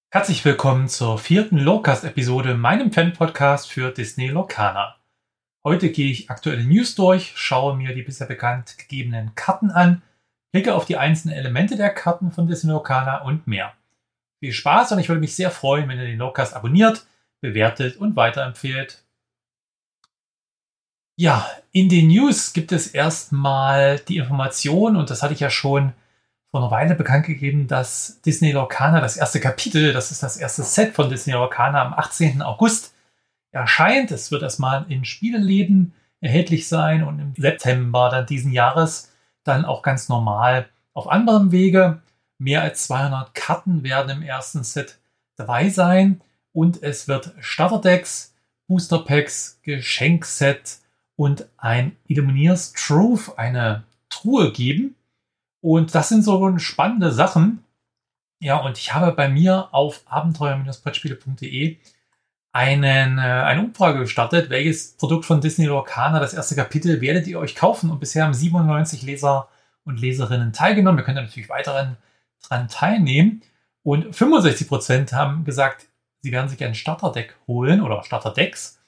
Herzlich willkommen zur 4. Lorcast-Episode, meinem Fan-Podcast für Disney Lorcaner. Heute gehe ich aktuelle News durch, schaue mir die bisher bekannt gegebenen Karten an, blicke auf die einzelnen Elemente der Karten von Disney Lorcaner und mehr. Viel Spaß und ich würde mich sehr freuen, wenn ihr den Lorcast abonniert, bewertet und weiterempfehlt. Ja, in den News gibt es erstmal die Information, und das hatte ich ja schon vor einer Weile bekannt gegeben, dass Disney Lorcaner das erste Kapitel, das ist das erste Set von Disney Lorcaner, am 18. August erscheint. Es wird erstmal in Spieleläden erhältlich sein und im September dann diesen Jahres dann auch ganz normal auf anderem Wege. Mehr als 200 Karten werden im ersten Set dabei sein und es wird Starterdecks, Boosterpacks, Geschenkset und ein Illumineers Truth, eine Truhe geben. Und das sind so spannende Sachen. Ja, und ich habe bei mir auf abenteuer-brettspiele.de eine Umfrage gestartet. Welches Produkt von Disney Lorcaner, das erste Kapitel, werdet ihr euch kaufen? Und bisher haben 97 Leser und Leserinnen teilgenommen. Wir können da natürlich weiterhin dran teilnehmen. Und 65% haben gesagt, sie werden sich ein Starterdeck holen oder Starterdecks.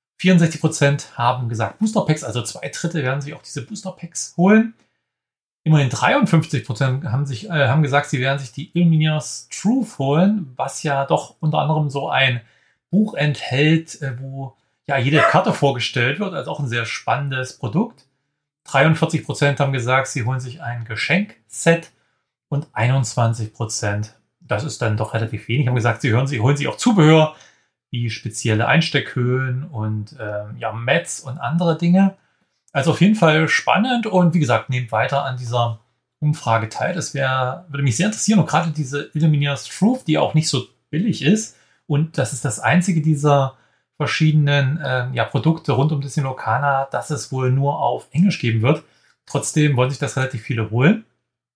64% haben gesagt Boosterpacks, also 2/3 werden sich auch diese Boosterpacks holen. Immerhin 53% haben gesagt, sie werden sich die Illumineers Truth holen, was ja doch unter anderem so ein Buch enthält, wo ja jede Karte vorgestellt wird, also auch ein sehr spannendes Produkt. 43% haben gesagt, sie holen sich ein Geschenkset und 21%, das ist dann doch relativ wenig, haben gesagt, sie holen sich auch Zubehör, wie spezielle Einsteckhöhlen und Mats und andere Dinge. Also auf jeden Fall spannend und wie gesagt, nehmt weiter an dieser Umfrage teil. Das würde mich sehr interessieren und gerade diese Illumineers Truth, die auch nicht so billig ist und das ist das einzige dieser verschiedenen Produkte rund um Disney Lorcaner, das es wohl nur auf Englisch geben wird. Trotzdem wollen sich das relativ viele holen.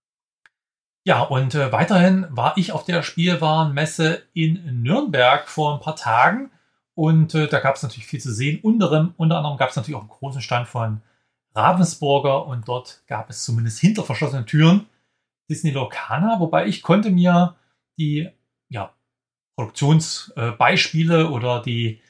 Ja, und weiterhin war ich auf der Spielwarenmesse in Nürnberg vor ein paar Tagen und da gab es natürlich viel zu sehen. Unter anderem gab es natürlich auch einen großen Stand von Ravensburger und dort gab es zumindest hinter verschlossenen Türen Disney Lorcaner, wobei ich konnte mir die Produktionsbeispiele oder die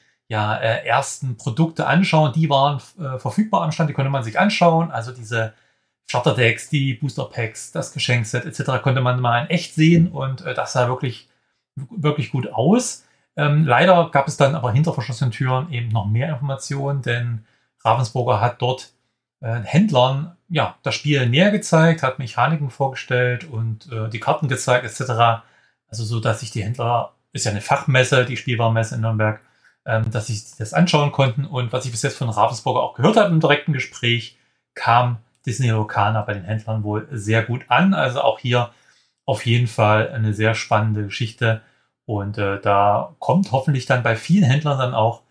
ersten Produkte anschauen. Die waren verfügbar am Stand, die konnte man sich anschauen. Also diese Starterdecks, die Boosterpacks, das Geschenkset etc. konnte man mal in echt sehen und das sah wirklich, wirklich gut aus. Leider gab es dann aber hinter verschlossenen Türen eben noch mehr Informationen, denn Ravensburger hat dort Händlern das Spiel näher gezeigt, hat Mechaniken vorgestellt und die Karten gezeigt etc. Also so, dass sich die Händler, ist ja eine Fachmesse, die Spielwarenmesse in Nürnberg, dass sich das anschauen konnten. Und was ich bis jetzt von Ravensburger auch gehört habe im direkten Gespräch, kam Disney Lorcaner bei den Händlern wohl sehr gut an. Also auch hier auf jeden Fall eine sehr spannende Geschichte. Und da kommt hoffentlich dann bei vielen Händlern dann auch,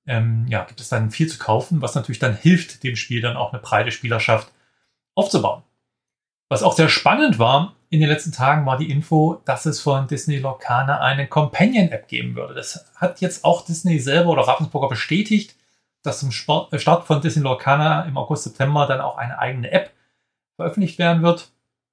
gibt es dann viel zu kaufen, was natürlich dann hilft, dem Spiel dann auch eine breite Spielerschaft aufzubauen. Was auch sehr spannend war in den letzten Tagen, war die Info, dass es von Disney Lorcaner eine Companion-App geben würde. Das hat jetzt auch Disney selber oder Ravensburger bestätigt, dass zum Start von Disney Lorcaner im August, September dann auch eine eigene App veröffentlicht werden wird.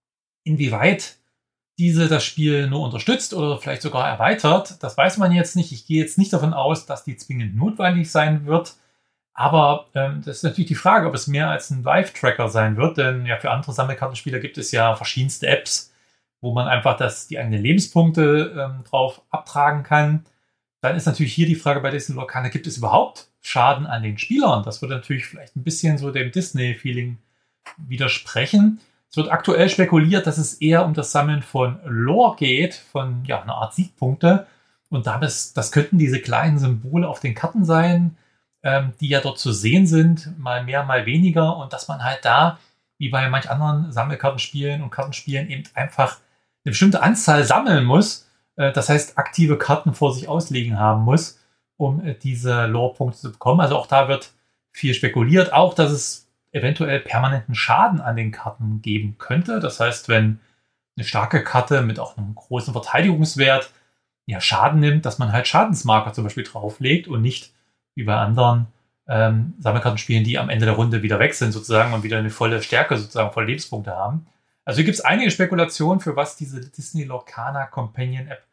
Inwieweit diese das Spiel nur unterstützt oder vielleicht sogar erweitert, das weiß man jetzt nicht. Ich gehe jetzt nicht davon aus, dass die zwingend notwendig sein wird. Aber das ist natürlich die Frage, ob es mehr als ein Live-Tracker sein wird. Denn ja, für andere Sammelkartenspieler gibt es ja verschiedenste Apps, wo man einfach die eigenen Lebenspunkte drauf abtragen kann. Dann ist natürlich hier die Frage bei Disney Lorcaner, gibt es überhaupt Schaden an den Spielern? Das würde natürlich vielleicht ein bisschen so dem Disney-Feeling widersprechen. Es wird aktuell spekuliert, dass es eher um das Sammeln von Lore geht, von einer Art Siegpunkte. Und das könnten diese kleinen Symbole auf den Karten sein, die ja dort zu sehen sind, mal mehr, mal weniger. Und dass man halt da, wie bei manch anderen Sammelkartenspielen und Kartenspielen, eben einfach eine bestimmte Anzahl sammeln muss. Das heißt, aktive Karten vor sich auslegen haben muss, um diese Lore-Punkte zu bekommen. Also auch da wird viel spekuliert. Auch, dass es eventuell permanenten Schaden an den Karten geben könnte. Das heißt, wenn eine starke Karte mit auch einem großen Verteidigungswert Schaden nimmt, dass man halt Schadensmarker zum Beispiel drauflegt und nicht wie bei anderen Sammelkartenspielen, die am Ende der Runde wieder weg sind sozusagen und wieder eine volle Stärke sozusagen, volle Lebenspunkte haben. Also hier gibt es einige Spekulationen, für was diese Disney Lorcaner Companion App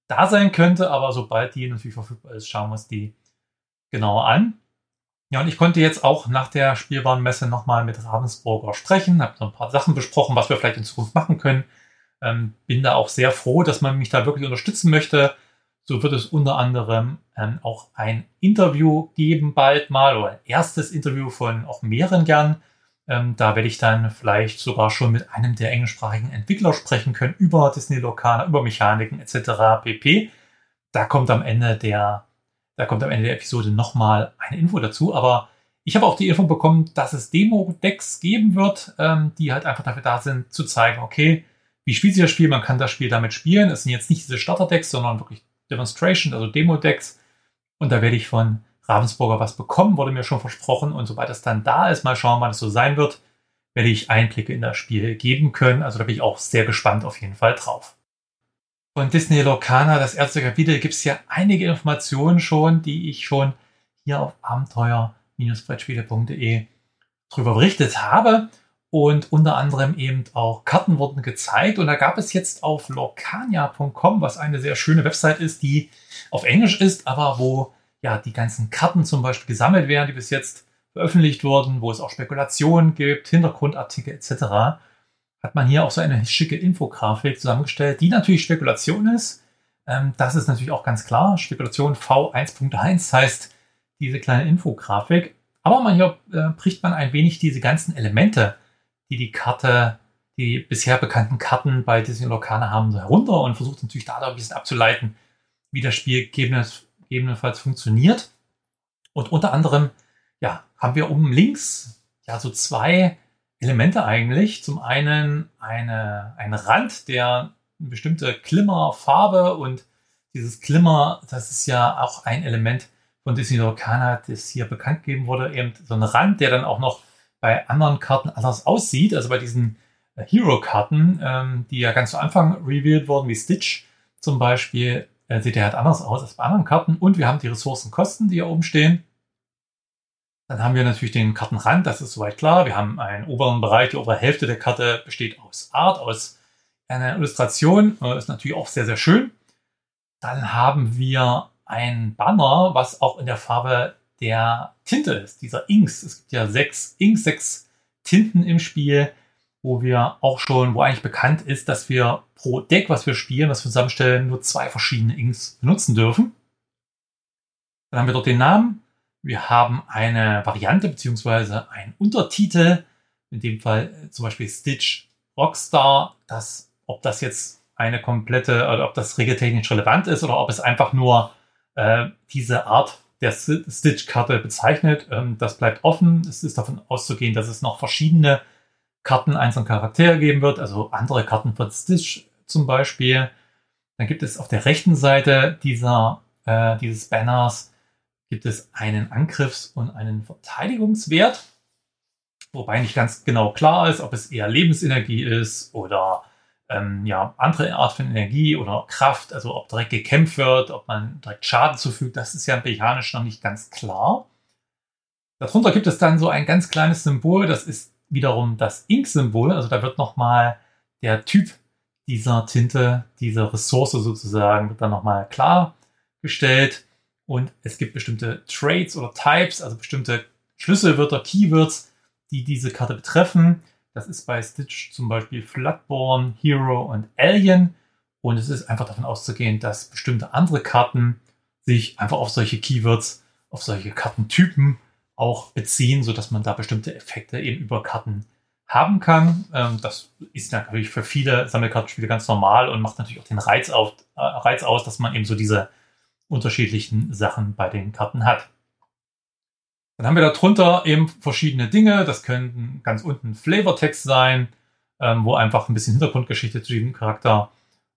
da sein könnte, aber sobald die natürlich verfügbar ist, schauen wir uns die genauer an. Ja, und ich konnte jetzt auch nach der Spielwarenmesse nochmal mit Ravensburger sprechen, habe so ein paar Sachen besprochen, was wir vielleicht in Zukunft machen können. Bin da auch sehr froh, dass man mich da wirklich unterstützen möchte. So wird es unter anderem auch ein Interview geben bald mal oder ein erstes Interview von auch mehreren gern. Da werde ich dann vielleicht sogar schon mit einem der englischsprachigen Entwickler sprechen können über Disney Lorcaner, über Mechaniken etc. pp. Da kommt am Ende der Episode nochmal eine Info dazu. Aber ich habe auch die Info bekommen, dass es Demo-Decks geben wird, die halt einfach dafür da sind, zu zeigen, okay, wie spielt sich das Spiel? Man kann das Spiel damit spielen. Es sind jetzt nicht diese Starter-Decks, sondern wirklich Demonstration, also Demo-Decks. Und da werde ich von Ravensburger was bekommen, wurde mir schon versprochen. Und sobald das dann da ist, mal schauen, wann es so sein wird, werde ich Einblicke in das Spiel geben können. Also da bin ich auch sehr gespannt auf jeden Fall drauf. Von Disney Lorcaner, das erste Kapitel, gibt es ja einige Informationen schon, die ich schon hier auf abenteuer-brettspiele.de drüber berichtet habe. Und unter anderem eben auch Karten wurden gezeigt. Und da gab es jetzt auf lorcania.com, was eine sehr schöne Website ist, die auf Englisch ist, aber wo ja die ganzen Karten zum Beispiel gesammelt werden, die bis jetzt veröffentlicht wurden, wo es auch Spekulationen gibt, Hintergrundartikel etc., hat man hier auch so eine schicke Infografik zusammengestellt, die natürlich Spekulation ist. Das ist natürlich auch ganz klar. Spekulation V1.1 heißt diese kleine Infografik. Aber hier bricht man ein wenig diese ganzen Elemente, die bisher bekannten Karten bei Disney Lorcaner haben, so herunter und versucht natürlich da ein bisschen abzuleiten, wie das Spiel gegebenenfalls funktioniert. Und unter anderem, ja, haben wir oben links ja so zwei Elemente eigentlich. Zum einen ein Rand, der eine bestimmte Glimmerfarbe und dieses Glimmer, das ist ja auch ein Element von Disney Lorcaner, das hier bekannt gegeben wurde, eben so ein Rand, der dann auch noch bei anderen Karten anders aussieht. Also bei diesen Hero-Karten, die ja ganz zu Anfang revealed wurden, wie Stitch zum Beispiel, sieht der halt anders aus als bei anderen Karten. Und wir haben die Ressourcenkosten, die hier oben stehen. Dann haben wir natürlich den Kartenrand, das ist soweit klar. Wir haben einen oberen Bereich, die obere Hälfte der Karte besteht aus Art, aus einer Illustration. Ist natürlich auch sehr, sehr schön. Dann haben wir ein Banner, was auch in der Farbe der Tinte ist, dieser Inks. Es gibt ja 6 Inks, 6 Tinten im Spiel, wo eigentlich bekannt ist, dass wir pro Deck, was wir spielen, was wir zusammenstellen, nur 2 verschiedene Inks benutzen dürfen. Dann haben wir dort den Namen. Wir haben eine Variante bzw. einen Untertitel, in dem Fall zum Beispiel Stitch Rockstar, ob das jetzt eine komplette oder ob das regeltechnisch relevant ist oder ob es einfach nur diese Art der Stitch-Karte bezeichnet. Das bleibt offen. Es ist davon auszugehen, dass es noch verschiedene Karten einzelner Charaktere geben wird, also andere Karten von Stitch zum Beispiel. Dann gibt es auf der rechten Seite dieses Banners gibt es einen Angriffs- und einen Verteidigungswert, wobei nicht ganz genau klar ist, ob es eher Lebensenergie ist oder andere Art von Energie oder Kraft, also ob direkt gekämpft wird, ob man direkt Schaden zufügt, das ist ja mechanisch noch nicht ganz klar. Darunter gibt es dann so ein ganz kleines Symbol, das ist wiederum das Ink-Symbol, also da wird nochmal der Typ dieser Tinte, dieser Ressource sozusagen, wird dann nochmal klargestellt. Und es gibt bestimmte Traits oder Types, also bestimmte Schlüsselwörter, Keywords, die diese Karte betreffen. Das ist bei Stitch zum Beispiel Floodborn, Hero und Alien. Und es ist einfach davon auszugehen, dass bestimmte andere Karten sich einfach auf solche Keywords, auf solche Kartentypen auch beziehen, sodass man da bestimmte Effekte eben über Karten haben kann. Das ist natürlich für viele Sammelkartenspiele ganz normal und macht natürlich auch den Reiz aus, dass man eben so diese unterschiedlichen Sachen bei den Karten hat. Dann haben wir darunter eben verschiedene Dinge. Das könnten ganz unten Flavortext sein, wo einfach ein bisschen Hintergrundgeschichte zu diesem Charakter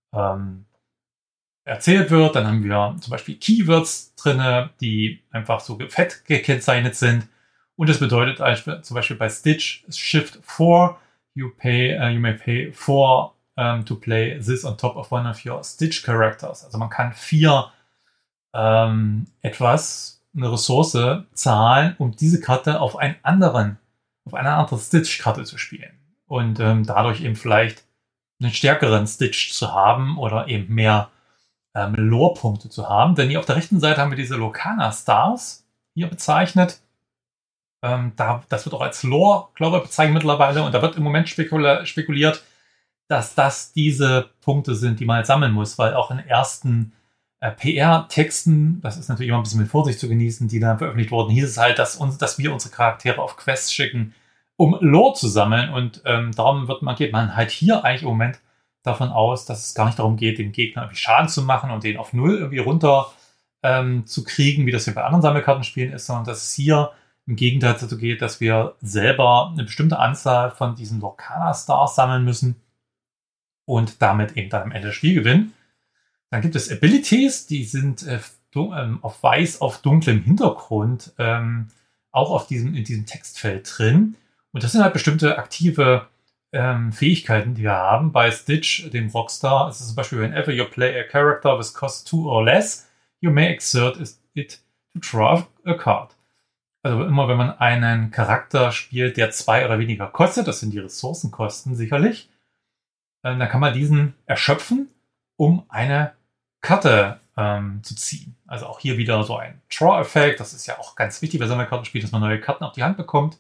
erzählt wird. Dann haben wir zum Beispiel Keywords drin, die einfach so fett gekennzeichnet sind. Und das bedeutet zum Beispiel bei Stitch Shift 4, you may pay 4 to play this on top of one of your Stitch characters. Also man kann 4 eine Ressource zahlen, um diese Karte auf eine andere Stitch-Karte zu spielen. Und dadurch eben vielleicht einen stärkeren Stitch zu haben oder eben mehr Lore-Punkte zu haben. Denn hier auf der rechten Seite haben wir diese Lorcana Stars hier bezeichnet. Das wird auch als Lore, glaube ich, bezeichnet mittlerweile. Und da wird im Moment spekuliert, dass das diese Punkte sind, die man halt sammeln muss. Weil auch in ersten PR-Texten, das ist natürlich immer ein bisschen mit Vorsicht zu genießen, die dann veröffentlicht wurden, hieß es halt, dass wir unsere Charaktere auf Quests schicken, um Lore zu sammeln. Und darum geht man halt hier eigentlich im Moment davon aus, dass es gar nicht darum geht, dem Gegner irgendwie Schaden zu machen und den auf Null irgendwie runter zu kriegen, wie das hier bei anderen Sammelkartenspielen ist, sondern dass es hier im Gegenteil dazu geht, dass wir selber eine bestimmte Anzahl von diesen Lorcana Stars sammeln müssen und damit eben dann am Ende das Spiel gewinnen. Dann gibt es Abilities, die sind auf weiß auf dunklem Hintergrund auch in diesem Textfeld drin. Und das sind halt bestimmte aktive Fähigkeiten, die wir haben. Bei Stitch, dem Rockstar, ist es zum Beispiel, whenever you play a character with cost 2 or less, you may exert it to draw a card. Also immer, wenn man einen Charakter spielt, der 2 oder weniger kostet, das sind die Ressourcenkosten sicherlich, dann kann man diesen erschöpfen, um eine Karte zu ziehen. Also auch hier wieder so ein Draw-Effekt. Das ist ja auch ganz wichtig bei Sammelkartenspielen, dass man neue Karten auf die Hand bekommt.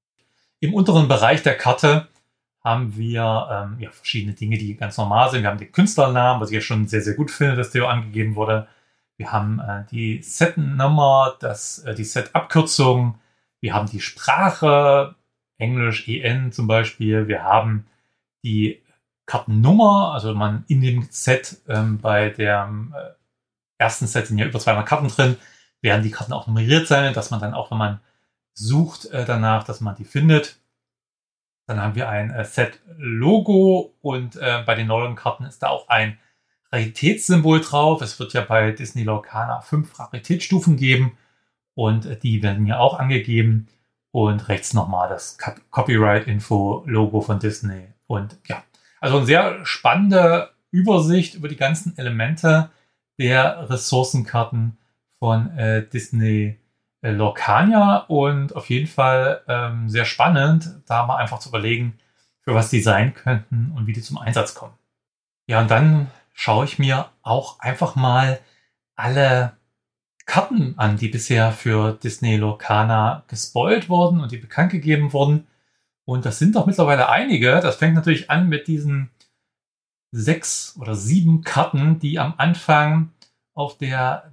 Im unteren Bereich der Karte haben wir verschiedene Dinge, die ganz normal sind. Wir haben den Künstlernamen, was ich ja schon sehr, sehr gut finde, dass der angegeben wurde. Wir haben die Set-Nummer, die Set-Abkürzung. Wir haben die Sprache, Englisch, EN zum Beispiel. Wir haben die Kartennummer, also man in dem Set, bei dem ersten Set sind ja über 200 Karten drin, werden die Karten auch nummeriert sein, dass man dann auch, wenn man sucht danach, dass man die findet. Dann haben wir ein Set-Logo und bei den neuen Karten ist da auch ein Raritätssymbol drauf. Es wird ja bei Disney Lorcana 5 Raritätsstufen geben und die werden ja auch angegeben. Und rechts nochmal das Copyright-Info-Logo von Disney. Und ja, also eine sehr spannende Übersicht über die ganzen Elemente der Ressourcenkarten von Disney Lorcana und auf jeden Fall sehr spannend, da mal einfach zu überlegen, für was die sein könnten und wie die zum Einsatz kommen. Ja, und dann schaue ich mir auch einfach mal alle Karten an, die bisher für Disney Lorcana gespoilt wurden und die bekannt gegeben wurden. Und das sind doch mittlerweile einige. Das fängt natürlich an mit diesen 6 oder 7 Karten, die am Anfang auf der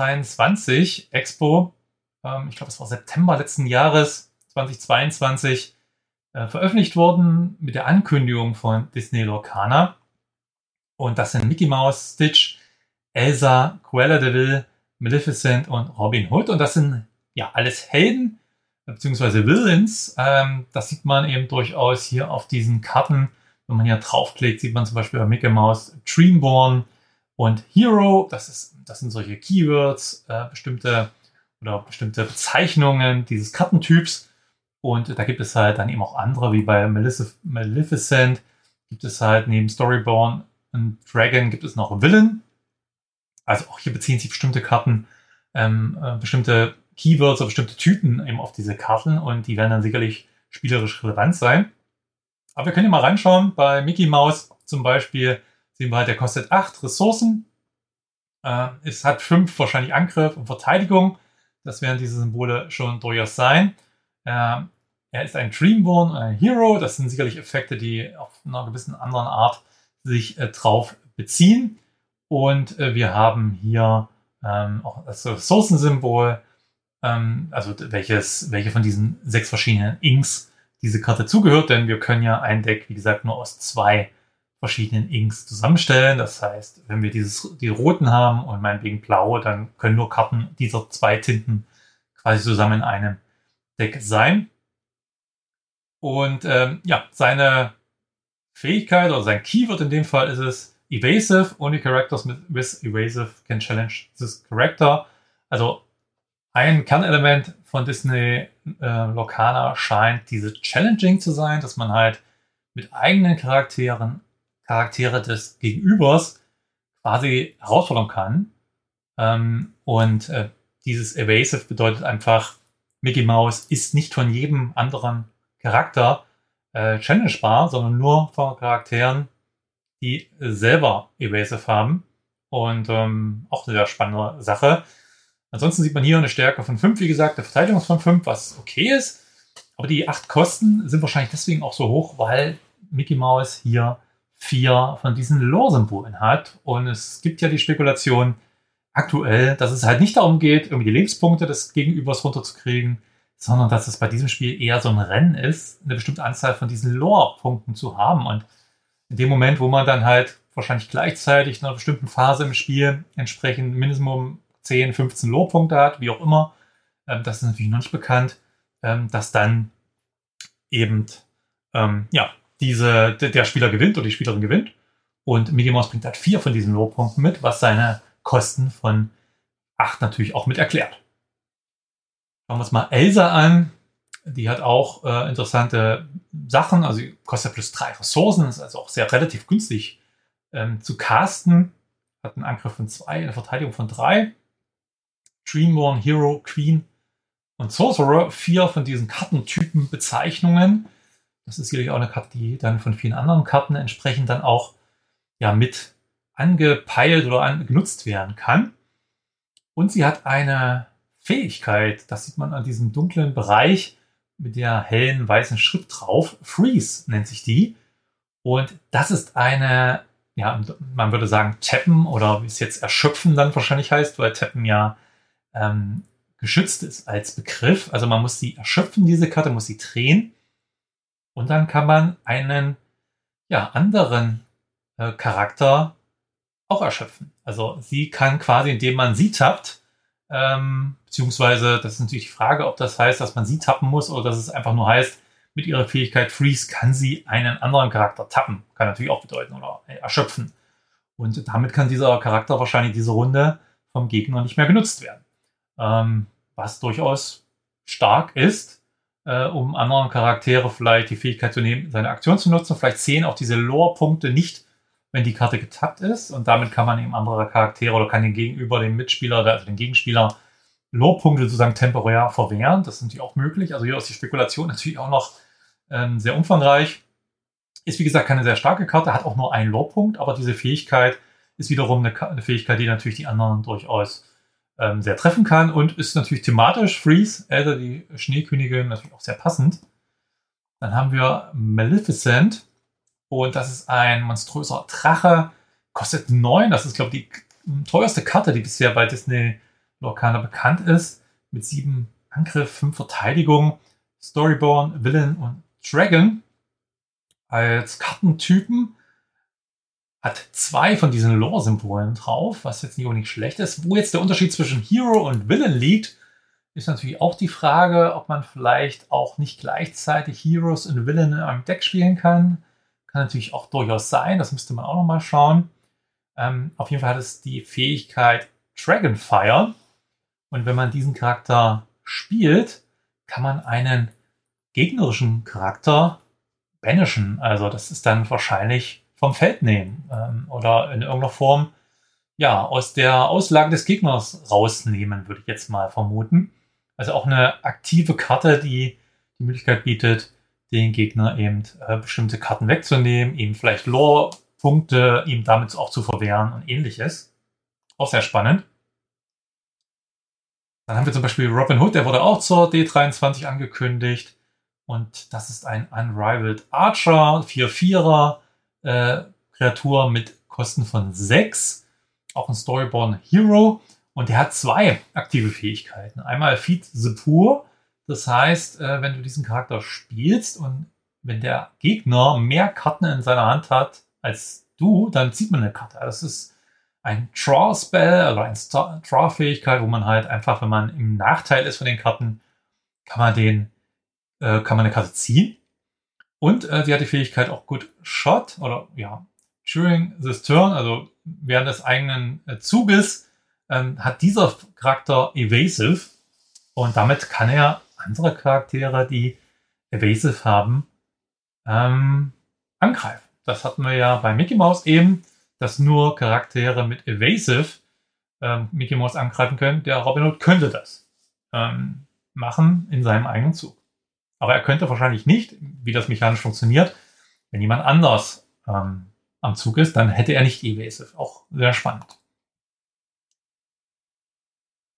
D23 Expo, ich glaube es war September letzten Jahres, 2022, veröffentlicht wurden mit der Ankündigung von Disney Lorcana. Und das sind Mickey Mouse, Stitch, Elsa, Cruella de Vil, Maleficent und Robin Hood. Und das sind ja alles Helden bzw. Villains. Das sieht man eben durchaus hier auf diesen Karten. Wenn man hier draufklickt, sieht man zum Beispiel bei Mickey Mouse Dreamborn und Hero. Das sind solche Keywords, bestimmte Bezeichnungen dieses Kartentyps. Und da gibt es halt dann eben auch andere, wie bei Maleficent gibt es halt neben Storyborn und Dragon gibt es noch Villain. Also auch hier beziehen sich bestimmte Karten, bestimmte Keywords oder bestimmte Typen eben auf diese Karten und die werden dann sicherlich spielerisch relevant sein. Aber wir können hier mal reinschauen. Bei Mickey Mouse zum Beispiel sehen wir halt, der kostet 8 Ressourcen. Es hat 5 wahrscheinlich Angriff und Verteidigung. Das werden diese Symbole schon durchaus sein. Er ist ein Dreamborn, ein Hero. Das sind sicherlich Effekte, die auf einer gewissen anderen Art sich drauf beziehen. Und wir haben hier auch das Ressourcensymbol, also welche von diesen 6 verschiedenen Inks diese Karte zugehört, denn wir können ja ein Deck, wie gesagt, nur aus 2 verschiedenen Inks zusammenstellen. Das heißt, wenn wir die roten haben und meinetwegen blaue, dann können nur Karten dieser 2 Tinten quasi zusammen in einem Deck sein. Und seine Fähigkeit oder sein Keyword in dem Fall ist es Evasive. Only characters with Evasive can challenge this character. Also ein Kernelement von Disney Lorcana scheint diese Challenging zu sein, dass man halt mit eigenen Charaktere des Gegenübers quasi herausfordern kann. Dieses Evasive bedeutet einfach, Mickey Mouse ist nicht von jedem anderen Charakter challengebar, sondern nur von Charakteren, die selber Evasive haben. Und auch eine sehr spannende Sache. Ansonsten sieht man hier eine Stärke von 5, wie gesagt, eine Verteidigung von 5, was okay ist. Aber die 8 Kosten sind wahrscheinlich deswegen auch so hoch, weil Mickey Mouse hier 4 von diesen Lore-Symbolen hat. Und es gibt ja die Spekulation aktuell, dass es halt nicht darum geht, irgendwie die Lebenspunkte des Gegenübers runterzukriegen, sondern dass es bei diesem Spiel eher so ein Rennen ist, eine bestimmte Anzahl von diesen Lore-Punkten zu haben. Und in dem Moment, wo man dann halt wahrscheinlich gleichzeitig in einer bestimmten Phase im Spiel entsprechend Minimum 10, 15 Lore-Punkte hat, wie auch immer, das ist natürlich noch nicht bekannt, dass dann eben der Spieler gewinnt oder die Spielerin gewinnt. Und Mickey Mouse bringt halt 4 von diesen Lore-Punkten mit, was seine Kosten von 8 natürlich auch mit erklärt. Schauen wir uns mal Elsa an. Die hat auch interessante Sachen. Also sie kostet plus 3 Ressourcen, ist also auch sehr relativ günstig zu casten. Hat einen Angriff von 2, eine Verteidigung von 3. Dreamborn, Hero, Queen und Sorcerer. 4 von diesen Kartentypen Bezeichnungen. Das ist sicherlich auch eine Karte, die dann von vielen anderen Karten entsprechend dann auch mit angepeilt oder genutzt werden kann. Und sie hat eine Fähigkeit, das sieht man an diesem dunklen Bereich mit der hellen weißen Schrift drauf. Freeze nennt sich die. Und das ist eine, man würde sagen Tappen oder wie es jetzt Erschöpfen dann wahrscheinlich heißt, weil Tappen geschützt ist als Begriff. Also man muss sie erschöpfen, diese Karte, muss sie drehen. Und dann kann man einen anderen Charakter auch erschöpfen. Also sie kann quasi, indem man sie tappt, beziehungsweise, das ist natürlich die Frage, ob das heißt, dass man sie tappen muss oder dass es einfach nur heißt, mit ihrer Fähigkeit Freeze kann sie einen anderen Charakter tappen. Kann natürlich auch bedeuten oder erschöpfen. Und damit kann dieser Charakter wahrscheinlich diese Runde vom Gegner nicht mehr genutzt werden. Was durchaus stark ist, um anderen Charaktere vielleicht die Fähigkeit zu nehmen, seine Aktion zu nutzen. Vielleicht sehen auch diese Lore-Punkte nicht, wenn die Karte getappt ist. Und damit kann man eben andere Charaktere oder kann den Gegenüber, den Mitspieler, also den Gegenspieler, Lore-Punkte sozusagen temporär verwehren. Das ist natürlich auch möglich. Also hier ist die Spekulation natürlich auch noch sehr umfangreich. Ist wie gesagt keine sehr starke Karte, hat auch nur einen Lore-Punkt, aber diese Fähigkeit ist wiederum eine Fähigkeit, die natürlich die anderen durchaus sehr treffen kann und ist natürlich thematisch Freeze, Elsa die Schneekönigin, natürlich auch sehr passend. Dann haben wir Maleficent und das ist ein monströser Drache, kostet 9, das ist glaube ich die teuerste Karte, die bisher bei Disney Lorcaner bekannt ist, mit 7 Angriff, 5 Verteidigung, Storyborn, Villain und Dragon. Als Kartentypen hat 2 von diesen Lore-Symbolen drauf, was jetzt nicht unbedingt schlecht ist. Wo jetzt der Unterschied zwischen Hero und Villain liegt, ist natürlich auch die Frage, ob man vielleicht auch nicht gleichzeitig Heroes und Villain in einem Deck spielen kann. Kann natürlich auch durchaus sein, das müsste man auch nochmal schauen. Auf jeden Fall hat es die Fähigkeit Dragonfire. Und wenn man diesen Charakter spielt, kann man einen gegnerischen Charakter banishen. Also das ist dann wahrscheinlich vom Feld nehmen oder in irgendeiner Form aus der Auslage des Gegners rausnehmen, würde ich jetzt mal vermuten. Also auch eine aktive Karte, die die Möglichkeit bietet, den Gegner eben bestimmte Karten wegzunehmen, ihm vielleicht Lore-Punkte, ihm damit auch zu verwehren und ähnliches. Auch sehr spannend. Dann haben wir zum Beispiel Robin Hood, der wurde auch zur D23 angekündigt. Und das ist ein Unrivaled Archer, 4-4er Kreatur mit Kosten von 6. Auch ein Storyborn Hero. Und der hat 2 aktive Fähigkeiten. Einmal Feed the Poor. Das heißt, wenn du diesen Charakter spielst und wenn der Gegner mehr Karten in seiner Hand hat als du, dann zieht man eine Karte. Das ist ein Draw-Spell oder eine Draw-Fähigkeit, wo man halt einfach, wenn man im Nachteil ist von den Karten, kann man eine Karte ziehen. Und sie hat die Fähigkeit auch Good Shot oder during this turn, also während des eigenen Zuges, hat dieser Charakter Evasive und damit kann er andere Charaktere, die Evasive haben, angreifen. Das hatten wir ja bei Mickey Mouse eben, dass nur Charaktere mit Evasive Mickey Mouse angreifen können. Der Robin Hood könnte das machen in seinem eigenen Zug. Aber er könnte wahrscheinlich nicht, wie das mechanisch funktioniert, wenn jemand anders am Zug ist, dann hätte er nicht Evasive. Auch sehr spannend.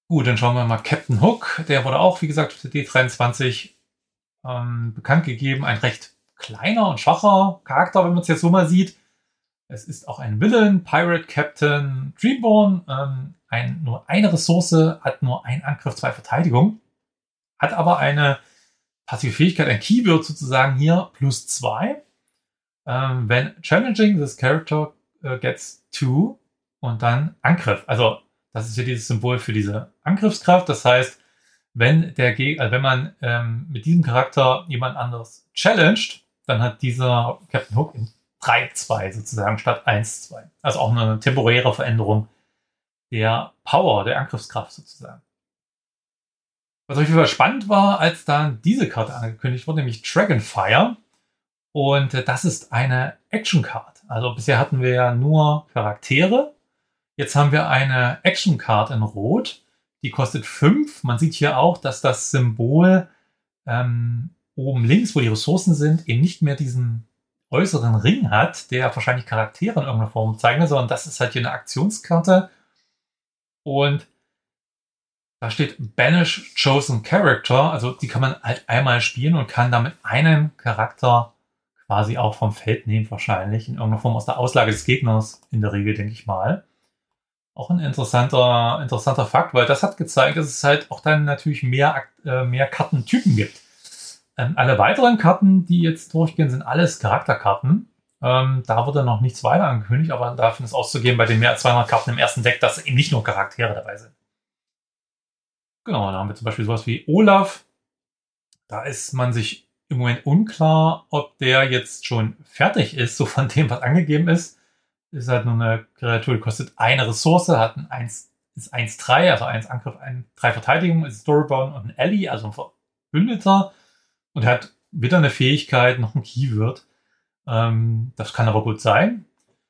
Gut, dann schauen wir mal Captain Hook. Der wurde auch, wie gesagt, für D23 bekannt gegeben. Ein recht kleiner und schwacher Charakter, wenn man es jetzt so mal sieht. Es ist auch ein Villain, Pirate Captain Dreamborn. Nur eine Ressource, hat nur einen Angriff, 2 Verteidigung. Hat aber eine passive Fähigkeit, ein Keyword sozusagen hier, +2. When challenging, this character gets 2 und dann Angriff. Also das ist hier dieses Symbol für diese Angriffskraft. Das heißt, wenn man mit diesem Charakter jemand anderes challenged, dann hat dieser Captain Hook in 3-2 sozusagen statt 1-2. Also auch eine temporäre Veränderung der Power, der Angriffskraft sozusagen. Was auf jeden Fall spannend war, als dann diese Karte angekündigt wurde, nämlich Dragonfire. Und das ist eine Action-Card. Also bisher hatten wir ja nur Charaktere. Jetzt haben wir eine Action-Card in Rot. Die kostet 5. Man sieht hier auch, dass das Symbol oben links, wo die Ressourcen sind, eben nicht mehr diesen äußeren Ring hat, der wahrscheinlich Charaktere in irgendeiner Form zeichnet, sondern das ist halt hier eine Aktionskarte. Und da steht Banish Chosen Character. Also die kann man halt einmal spielen und kann damit einen Charakter quasi auch vom Feld nehmen, wahrscheinlich. In irgendeiner Form aus der Auslage des Gegners, in der Regel, denke ich mal. Auch ein interessanter Fakt, weil das hat gezeigt, dass es halt auch dann natürlich mehr Kartentypen gibt. Alle weiteren Karten, die jetzt durchgehen, sind alles Charakterkarten. Da wurde noch nichts weiter angekündigt, aber davon ist auszugehen bei den mehr als 200 Karten im ersten Deck, dass eben nicht nur Charaktere dabei sind. Genau, da haben wir zum Beispiel sowas wie Olaf. Da ist man sich im Moment unklar, ob der jetzt schon fertig ist, so von dem, was angegeben ist. Ist halt nur eine Kreatur, die kostet eine Ressource, hat ist 1-3, also 1 Angriff, 3 Verteidigung, ist Storybound und ein Ally, also ein Verbündeter. Und er hat weder eine Fähigkeit noch ein Keyword. Das kann aber gut sein.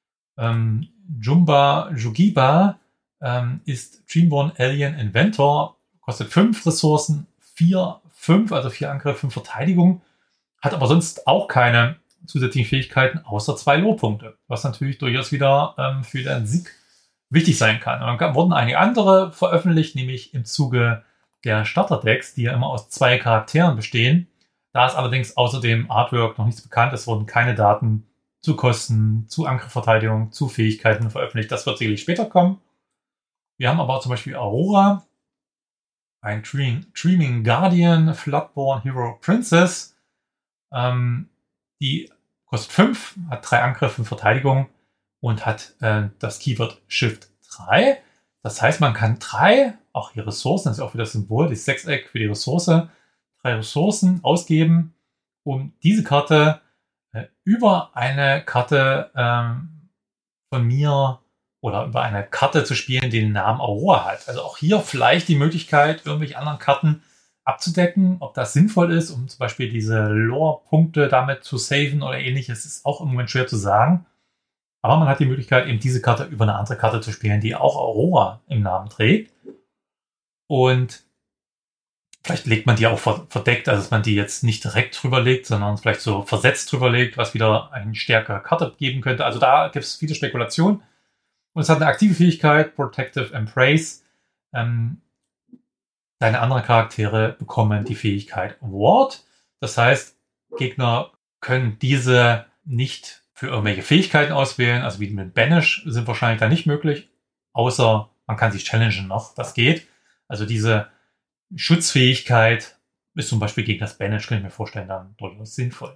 Jugiba ist Dreamborn Alien Inventor, kostet 5 Ressourcen, 5, also 4 Angriff, 5 Verteidigung, hat aber sonst auch keine zusätzlichen Fähigkeiten außer 2 Lore-Punkte, was natürlich durchaus wieder für den Sieg wichtig sein kann. Und dann wurden einige andere veröffentlicht, nämlich im Zuge der Starterdecks, die ja immer aus 2 Charakteren bestehen. Da ist allerdings außer dem Artwork noch nichts bekannt. Es wurden keine Daten zu Kosten, zu Angriffverteidigung, zu Fähigkeiten veröffentlicht. Das wird sicherlich später kommen. Wir haben aber zum Beispiel Aurora, ein Dreaming Guardian, Floodborn Hero Princess. Die kostet 5, hat 3 Angriff, 5 Verteidigung und hat das Keyword Shift 3. Das heißt, man kann 3, auch hier Ressourcen, das ist auch wieder das Symbol, das Sechseck für die Ressource, 3 Ressourcen ausgeben, um diese Karte über eine Karte von mir oder über eine Karte zu spielen, die den Namen Aurora hat. Also auch hier vielleicht die Möglichkeit, irgendwelche anderen Karten abzudecken. Ob das sinnvoll ist, um zum Beispiel diese Lore-Punkte damit zu saven oder ähnliches, ist auch im Moment schwer zu sagen. Aber man hat die Möglichkeit, eben diese Karte über eine andere Karte zu spielen, die auch Aurora im Namen trägt. Und vielleicht legt man die auch verdeckt, also dass man die jetzt nicht direkt drüber legt, sondern vielleicht so versetzt drüber legt, was wieder eine stärkere Karte geben könnte. Also da gibt es viele Spekulationen. Und es hat eine aktive Fähigkeit, Protective Embrace. Deine anderen Charaktere bekommen die Fähigkeit Ward. Das heißt, Gegner können diese nicht für irgendwelche Fähigkeiten auswählen. Also wie mit Banish sind wahrscheinlich da nicht möglich. Außer man kann sich challengen noch. Das geht. Also diese Schutzfähigkeit ist zum Beispiel gegen das Banish, kann ich mir vorstellen, dann durchaus sinnvoll.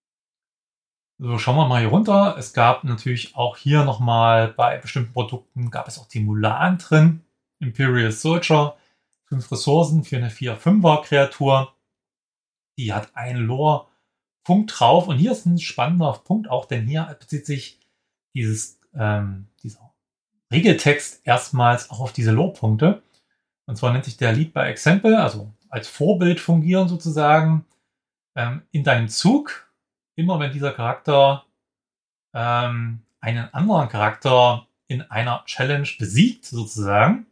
So, schauen wir mal hier runter. Es gab natürlich auch hier nochmal bei bestimmten Produkten gab es auch die Mulan drin. Imperial Soldier. 5 Ressourcen für eine 4-5er Kreatur. Die hat einen Lore-Punkt drauf. Und hier ist ein spannender Punkt auch, denn hier bezieht sich dieser Regeltext erstmals auch auf diese Lore-Punkte. Und zwar nennt sich der Lead by Example, also als Vorbild fungieren sozusagen. In deinem Zug, immer wenn dieser Charakter einen anderen Charakter in einer Challenge besiegt, sozusagen,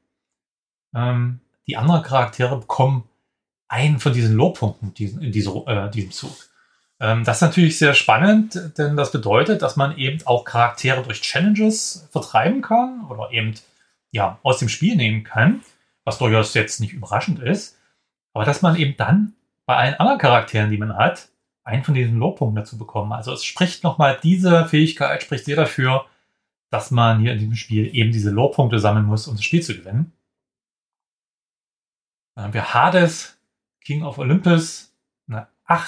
die anderen Charaktere bekommen einen von diesen Lore-Punkten in diesem Zug. Das ist natürlich sehr spannend, denn das bedeutet, dass man eben auch Charaktere durch Challenges vertreiben kann oder eben ja aus dem Spiel nehmen kann, was durchaus jetzt nicht überraschend ist, aber dass man eben dann bei allen anderen Charakteren, die man hat, einen von diesen Lore-Punkten dazu bekommt. Also es spricht nochmal, diese Fähigkeit spricht sehr dafür, dass man hier in diesem Spiel eben diese Lore-Punkte sammeln muss, um das Spiel zu gewinnen. Dann haben wir Hades, King of Olympus, eine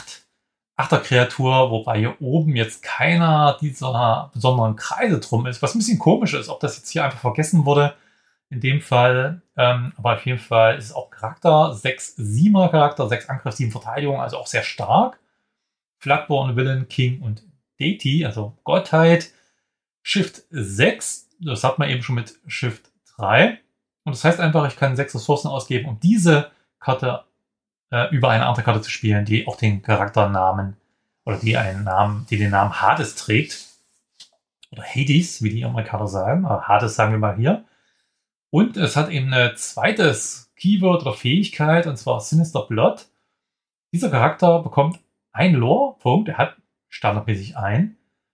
Achter-Kreatur, wobei hier oben jetzt keiner dieser besonderen Kreise drum ist, was ein bisschen komisch ist, ob das jetzt hier einfach vergessen wurde. In dem Fall, aber auf jeden Fall ist es auch Charakter, 6-7er Charakter, 6 Angriff, 7 Verteidigung, also auch sehr stark. Floodborn, Villain, King und Deity, also Gottheit. Shift 6, das hat man eben schon mit Shift 3. Und das heißt einfach, ich kann 6 Ressourcen ausgeben, um diese Karte über eine andere Karte zu spielen, die auch den Charakternamen oder die den Namen Hades trägt. Oder Hades, wie die Amerikaner sagen. Aber Hades sagen wir mal hier. Und es hat eben ein zweites Keyword oder Fähigkeit, und zwar Sinister Blood. Dieser Charakter bekommt einen Lore-Punkt, er hat standardmäßig einen,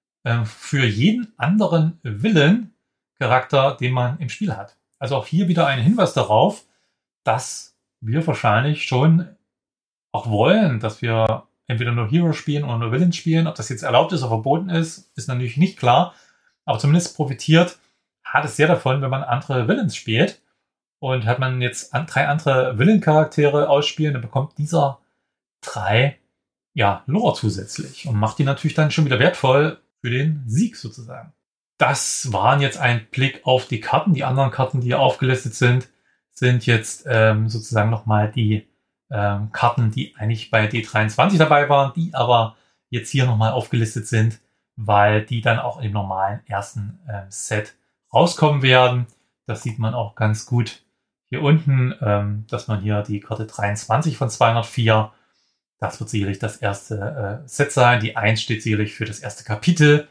für jeden anderen Villain-Charakter, den man im Spiel hat. Also auch hier wieder ein Hinweis darauf, dass wir wahrscheinlich schon auch wollen, dass wir entweder nur Hero spielen oder nur Villains spielen. Ob das jetzt erlaubt ist oder verboten ist, ist natürlich nicht klar. Aber zumindest profitiert Hades sehr davon, wenn man andere Villains spielt. Und hat man jetzt 3 andere Villain-Charaktere ausspielen, dann bekommt dieser 3 Lore zusätzlich und macht die natürlich dann schon wieder wertvoll für den Sieg sozusagen. Das waren jetzt ein Blick auf die Karten. Die anderen Karten, die hier aufgelistet sind, sind jetzt sozusagen nochmal die Karten, die eigentlich bei D23 dabei waren, die aber jetzt hier nochmal aufgelistet sind, weil die dann auch im normalen ersten Set rauskommen werden. Das sieht man auch ganz gut hier unten, dass man hier die Karte 23 von 204, das wird sicherlich das erste Set sein. Die 1 steht sicherlich für das erste Kapitel.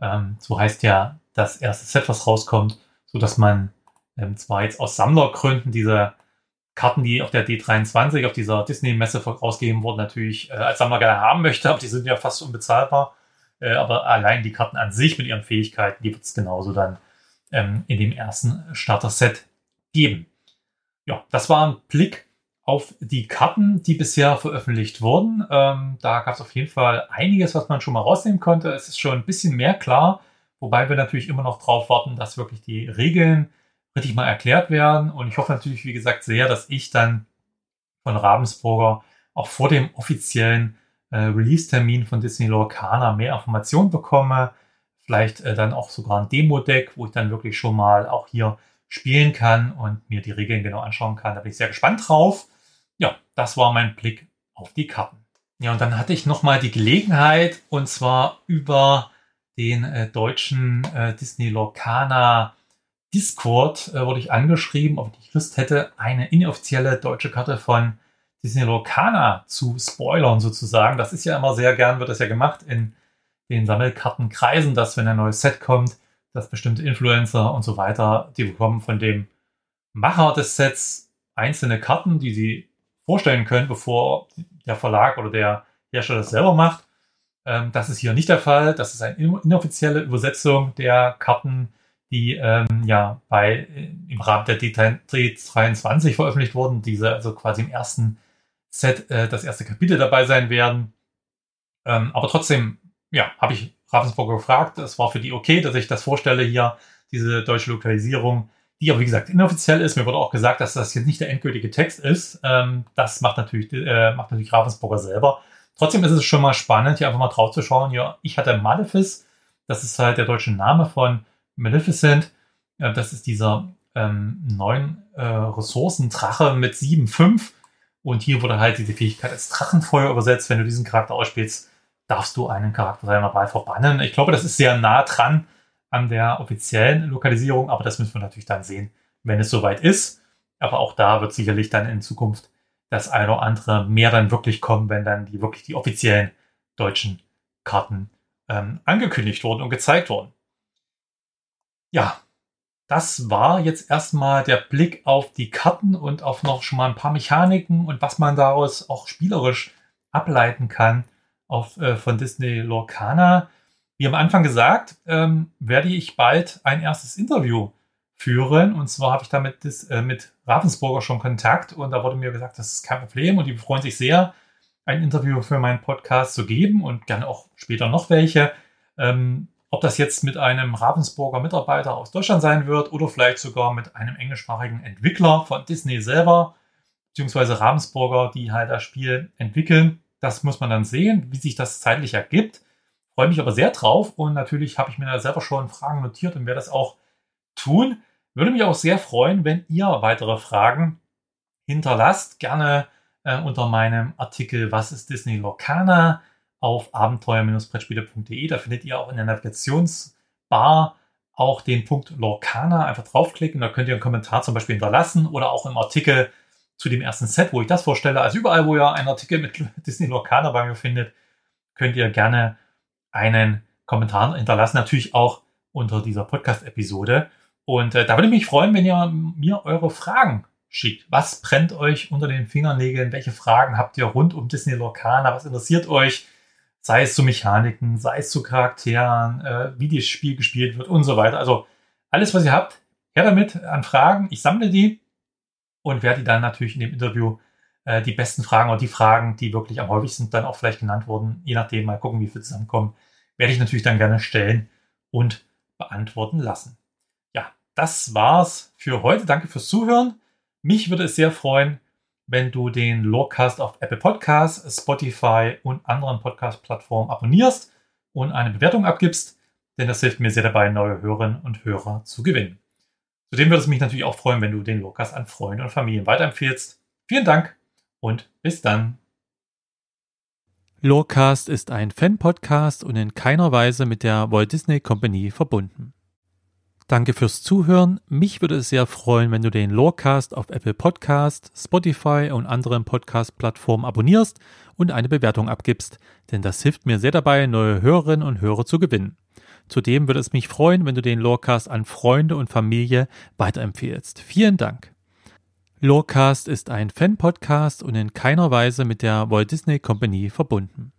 So heißt ja das erste Set, was rauskommt, so dass man zwar jetzt aus Sammlergründen diese Karten, die auf der D23, auf dieser Disney-Messe rausgegeben wurden, natürlich als Sammler gerne haben möchte, aber die sind ja fast unbezahlbar. Aber allein die Karten an sich mit ihren Fähigkeiten, die wird es genauso dann in dem ersten Starter-Set geben. Ja, das war ein Blick auf die Karten, die bisher veröffentlicht wurden. Da gab es auf jeden Fall einiges, was man schon mal rausnehmen konnte. Es ist schon ein bisschen mehr klar, wobei wir natürlich immer noch drauf warten, dass wirklich die Regeln richtig mal erklärt werden. Und ich hoffe natürlich, wie gesagt, sehr, dass ich dann von Ravensburger auch vor dem offiziellen Release-Termin von Disney Lorcaana mehr Informationen bekomme. Vielleicht dann auch sogar ein Demo-Deck, wo ich dann wirklich schon mal auch hier spielen kann und mir die Regeln genau anschauen kann. Da bin ich sehr gespannt drauf. Ja, das war mein Blick auf die Karten. Ja, und dann hatte ich nochmal die Gelegenheit, und zwar über den deutschen Disney Lorcaana Discord wurde ich angeschrieben, ob ich Lust hätte, eine inoffizielle deutsche Karte von Disney Lorcaana zu spoilern sozusagen. Das ist ja immer sehr gern, wird das ja gemacht in den Sammelkartenkreisen, dass wenn ein neues Set kommt, dass bestimmte Influencer und so weiter, die bekommen von dem Macher des Sets einzelne Karten, die sie vorstellen können, bevor der Verlag oder der Hersteller das selber macht. Das ist hier nicht der Fall. Das ist eine inoffizielle Übersetzung der Karten, die im Rahmen der D23 veröffentlicht wurden, diese also quasi im ersten Set das erste Kapitel dabei sein werden. Aber trotzdem, habe ich Ravensburger gefragt. Es war für die okay, dass ich das vorstelle hier, diese deutsche Lokalisierung, die aber wie gesagt inoffiziell ist. Mir wurde auch gesagt, dass das jetzt nicht der endgültige Text ist. Das macht natürlich Ravensburger selber. Trotzdem ist es schon mal spannend, hier einfach mal drauf zu schauen. Ja, ich hatte Malefice, das ist halt der deutsche Name von Maleficent. Das ist dieser 9 Ressourcen-Drache mit 7,5. Und hier wurde halt diese Fähigkeit als Drachenfeuer übersetzt. Wenn du diesen Charakter ausspielst, darfst du einen Charakter deiner Wahl verbannen. Ich glaube, das ist sehr nah dran an der offiziellen Lokalisierung, aber das müssen wir natürlich dann sehen, wenn es soweit ist. Aber auch da wird sicherlich dann in Zukunft das eine oder andere mehr dann wirklich kommen, wenn dann die offiziellen deutschen Karten angekündigt wurden und gezeigt wurden. Ja, das war jetzt erstmal der Blick auf die Karten und auf noch schon mal ein paar Mechaniken und was man daraus auch spielerisch ableiten kann von Disney Lorcaana. Wie am Anfang gesagt, werde ich bald ein erstes Interview führen. Und zwar habe ich da mit Ravensburger schon Kontakt und da wurde mir gesagt, das ist kein Problem und die freuen sich sehr, ein Interview für meinen Podcast zu geben und gerne auch später noch welche. Ob das jetzt mit einem Ravensburger Mitarbeiter aus Deutschland sein wird oder vielleicht sogar mit einem englischsprachigen Entwickler von Disney selber, beziehungsweise Ravensburger, die halt das Spiel entwickeln. Das muss man dann sehen, wie sich das zeitlich ergibt. Freue mich aber sehr drauf und natürlich habe ich mir da selber schon Fragen notiert und werde das auch tun. Würde mich auch sehr freuen, wenn ihr weitere Fragen hinterlasst. Gerne unter meinem Artikel Was ist Disney Lorcaner auf abenteuer-brettspiele.de. Da findet ihr auch in der Navigationsbar auch den Punkt Lorcaner. Einfach draufklicken, da könnt ihr einen Kommentar zum Beispiel hinterlassen oder auch im Artikel zu dem ersten Set, wo ich das vorstelle. Also überall, wo ihr einen Artikel mit Disney Lorcaner bei mir findet, könnt ihr gerne einen Kommentar hinterlassen. Natürlich auch unter dieser Podcast-Episode. Und da würde ich mich freuen, wenn ihr mir eure Fragen schickt. Was brennt euch unter den Fingernägeln? Welche Fragen habt ihr rund um Disney Lorcaner? Was interessiert euch? Sei es zu Mechaniken, sei es zu Charakteren, wie das Spiel gespielt wird und so weiter. Also alles, was ihr habt, her damit an Fragen. Ich sammle die und werde die dann natürlich in dem Interview die besten Fragen oder die Fragen, die wirklich am häufigsten dann auch vielleicht genannt wurden, je nachdem, mal gucken, wie viel zusammenkommen, werde ich natürlich dann gerne stellen und beantworten lassen. Ja, das war's für heute. Danke fürs Zuhören. Mich würde es sehr freuen, wenn du den Lorecast auf Apple Podcasts, Spotify und anderen Podcast-Plattformen abonnierst und eine Bewertung abgibst, denn das hilft mir sehr dabei, neue Hörerinnen und Hörer zu gewinnen. Zudem würde es mich natürlich auch freuen, wenn du den Lorecast an Freunde und Familien weiterempfehlst. Vielen Dank und bis dann. Lorecast ist ein Fan-Podcast und in keiner Weise mit der Walt Disney Company verbunden. Danke fürs Zuhören. Mich würde es sehr freuen, wenn du den Lorecast auf Apple Podcast, Spotify und anderen Podcast-Plattformen abonnierst und eine Bewertung abgibst, denn das hilft mir sehr dabei, neue Hörerinnen und Hörer zu gewinnen. Zudem würde es mich freuen, wenn du den Lorecast an Freunde und Familie weiterempfehlst. Vielen Dank. Lorecast ist ein Fan-Podcast und in keiner Weise mit der Walt Disney Company verbunden.